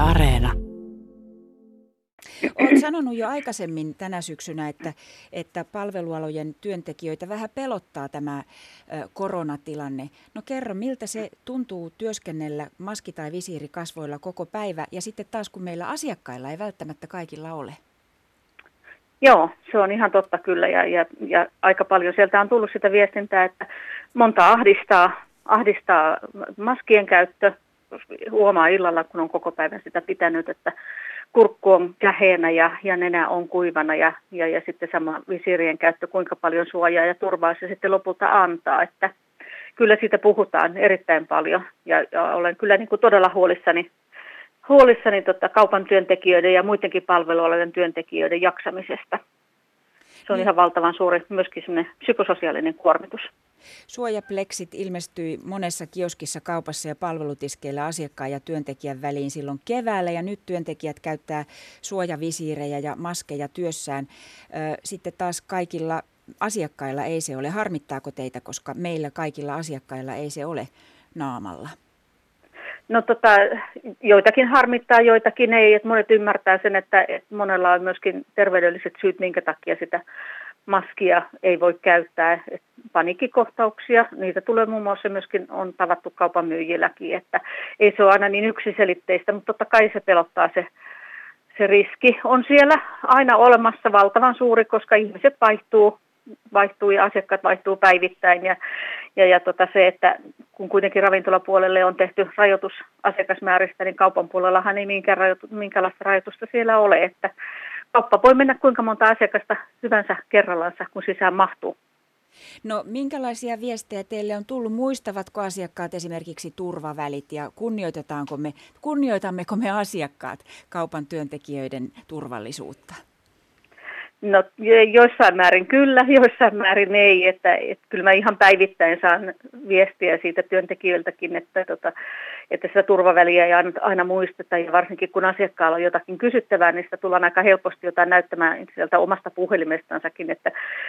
Areena. Olet sanonut jo aikaisemmin tänä syksynä, että palvelualojen työntekijöitä vähän pelottaa tämä koronatilanne. No kerro, miltä se tuntuu työskennellä maski- tai visiirikasvoilla koko päivä ja sitten taas kun meillä asiakkailla ei välttämättä kaikilla ole? Joo, se on ihan totta kyllä ja aika paljon sieltä on tullut sitä viestintää, että monta ahdistaa maskien käyttö. Huomaa illalla, kun on koko päivän sitä pitänyt, että kurkku on käheenä ja nenä on kuivana ja sitten sama visiirien käyttö, kuinka paljon suojaa ja turvaa se sitten lopulta antaa. Että kyllä siitä puhutaan erittäin paljon ja olen kyllä niin kuin todella huolissani kaupan työntekijöiden ja muidenkin palvelualojen työntekijöiden jaksamisesta. Se on ihan valtavan suuri myöskin semmoinen psykososiaalinen kuormitus. Suojapleksit ilmestyi monessa kioskissa, kaupassa ja palvelutiskeillä asiakkaan ja työntekijän väliin silloin keväällä ja nyt työntekijät käyttää suojavisiirejä ja maskeja työssään. Sitten taas kaikilla asiakkailla ei se ole. Harmittaako teitä, koska meillä kaikilla asiakkailla ei se ole naamalla? No joitakin harmittaa, joitakin ei. Että monet ymmärtää sen, että monella on myöskin terveydelliset syyt, minkä takia sitä maskia ei voi käyttää. Paniikkikohtauksia, niitä tulee muun muassa myöskin, on tavattu kaupan myyjilläkin, että ei se ole aina niin yksiselitteistä, mutta totta kai se pelottaa se riski. On siellä aina olemassa valtavan suuri, koska ihmiset vaihtuu ja asiakkaat vaihtuu päivittäin ja se, että kun kuitenkin ravintolapuolelle on tehty rajoitus asiakasmääristä, niin kaupan puolellahan ei minkäänlaista rajoitusta siellä ole, että kauppa voi mennä kuinka monta asiakasta hyvänsä kerrallansa, kun sisään mahtuu. No minkälaisia viestejä teille on tullut? Muistavatko asiakkaat esimerkiksi turvavälit ja kunnioitammeko me asiakkaat kaupan työntekijöiden turvallisuutta? No joissain määrin kyllä, joissain määrin ei, että kyllä mä ihan päivittäin saan viestiä siitä työntekijöiltäkin, että sitä turvaväliä ei aina muisteta ja varsinkin kun asiakkaalla on jotakin kysyttävää, niin sitä tullaan aika helposti jotain näyttämään sieltä omasta puhelimestansakin, että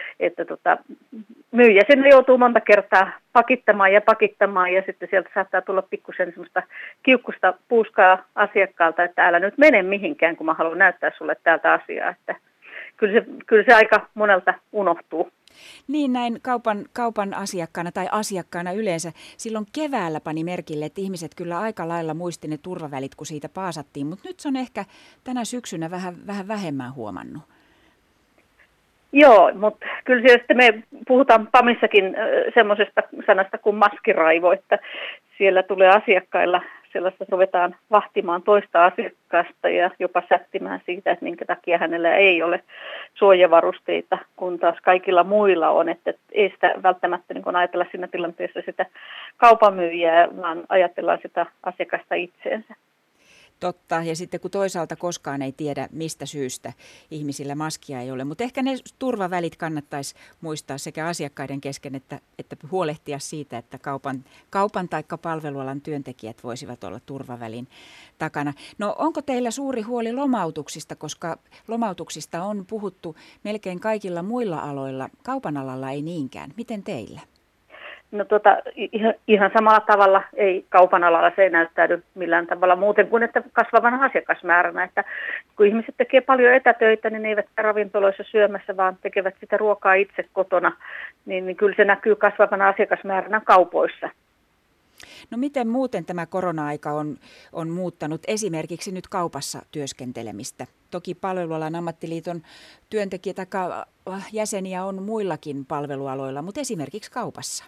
myyjä sinne joutuu monta kertaa pakittamaan ja sitten sieltä saattaa tulla pikkusen semmoista kiukkusta puuskaa asiakkaalta, että älä nyt mene mihinkään, kun mä haluan näyttää sulle täältä asiaa, että Kyllä se aika monelta unohtuu. Niin näin kaupan asiakkaana tai asiakkaana yleensä. Silloin keväällä pani merkille, että ihmiset kyllä aika lailla muisti ne turvavälit, kun siitä paasattiin. Mutta nyt se on ehkä tänä syksynä vähän vähemmän huomannut. Joo, mutta kyllä sitten me puhutaan PAMissakin semmoisesta sanasta kuin maskiraivo, että siellä tulee asiakkailla sellaista, ruvetaan vahtimaan toista asiakkaasta ja jopa sättimään siitä, että minkä takia hänellä ei ole suojavarusteita, kun taas kaikilla muilla on, että ei sitä välttämättä niin kun ajatella siinä tilanteessa sitä kaupan myyjää, vaan ajatellaan sitä asiakasta itseensä. Totta, ja sitten kun toisaalta koskaan ei tiedä, mistä syystä ihmisillä maskia ei ole, mutta ehkä ne turvavälit kannattaisi muistaa sekä asiakkaiden kesken, että huolehtia siitä, että kaupan tai palvelualan työntekijät voisivat olla turvavälin takana. No onko teillä suuri huoli lomautuksista, koska lomautuksista on puhuttu melkein kaikilla muilla aloilla, kaupan alalla ei niinkään. Miten teillä? No ihan samalla tavalla ei kaupan alalla se ei näyttäydy millään tavalla muuten kuin että kasvavana asiakasmääränä. Että kun ihmiset tekee paljon etätöitä, niin ne eivät ravintoloissa syömässä, vaan tekevät sitä ruokaa itse kotona, niin kyllä se näkyy kasvavana asiakasmääränä kaupoissa. No miten muuten tämä korona-aika on muuttanut esimerkiksi nyt kaupassa työskentelemistä? Toki palvelualan ammattiliiton työntekijöitä tai jäseniä on muillakin palvelualoilla, mutta esimerkiksi kaupassa.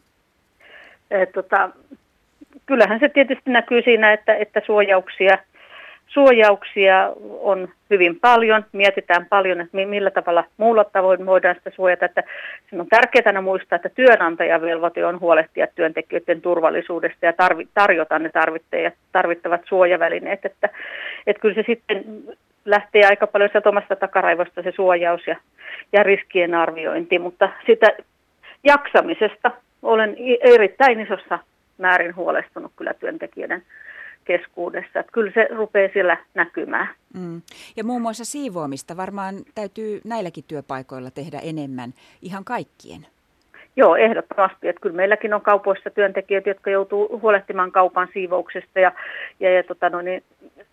Kyllähän se tietysti näkyy siinä, että suojauksia on hyvin paljon. Mietitään paljon, että millä tavalla muulla tavoin voidaan sitä suojata. Että on tärkeää muistaa, että työnantajan velvoite on huolehtia työntekijöiden turvallisuudesta ja tarjota ne tarvittavat suojavälineet. Että kyllä se sitten lähtee aika paljon sieltä omasta takaraivosta se suojaus ja riskien arviointi, mutta sitä jaksamisesta olen erittäin isossa määrin huolestunut kyllä työntekijöiden keskuudessa. Että kyllä se rupeaa siellä näkymään. Ja muun muassa siivoamista varmaan täytyy näilläkin työpaikoilla tehdä enemmän ihan kaikkien. Joo, ehdottomasti. Että kyllä meilläkin on kaupoissa työntekijöitä, jotka joutuu huolehtimaan kaupan siivouksesta ja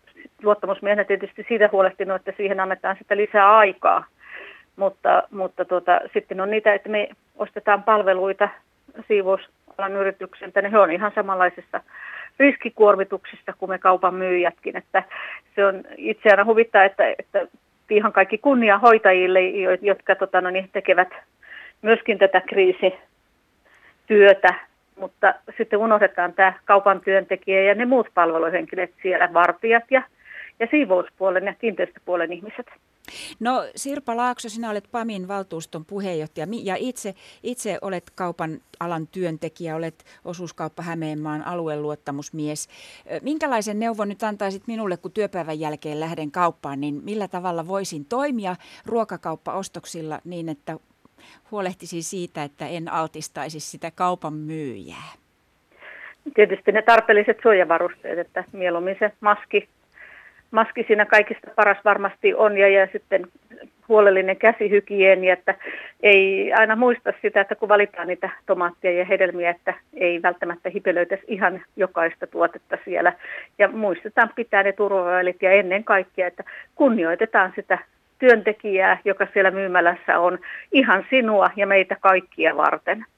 luottamusmiehenä tietysti siitä huolehtinut, että siihen annetaan sitä lisää aikaa. Mutta sitten on niitä, että me ostetaan palveluita siivousalan yrityksiltä, niin he on ihan samanlaisessa riskikuormituksista kuin me kaupan myyjätkin. Että se on itse aina huvittaa, että ihan kaikki kunnia hoitajille, jotka tekevät myöskin tätä kriisityötä, mutta sitten unohdetaan tämä kaupan työntekijä ja ne muut palveluhenkilöt siellä, vartijat ja siivouspuolen ja kiinteistöpuolen ihmiset. No Sirpa Laakso, sinä olet PAMin valtuuston puheenjohtaja ja itse olet kaupan alan työntekijä, olet osuuskauppa Hämeenmaan alueluottamusmies. Minkälaisen neuvon nyt antaisit minulle, kun työpäivän jälkeen lähden kauppaan, niin millä tavalla voisin toimia ruokakauppaostoksilla niin, että huolehtisin siitä, että en altistaisi sitä kaupan myyjää? Tietysti ne tarpeelliset suojavarusteet, että mieluummin se maski siinä kaikista paras varmasti on ja sitten huolellinen käsihygienia, että ei aina muista sitä, että kun valitaan niitä tomaattia ja hedelmiä, että ei välttämättä hipelöitäisi ihan jokaista tuotetta siellä. Ja muistetaan pitää ne turvavälit ja ennen kaikkea, että kunnioitetaan sitä työntekijää, joka siellä myymälässä on ihan sinua ja meitä kaikkia varten.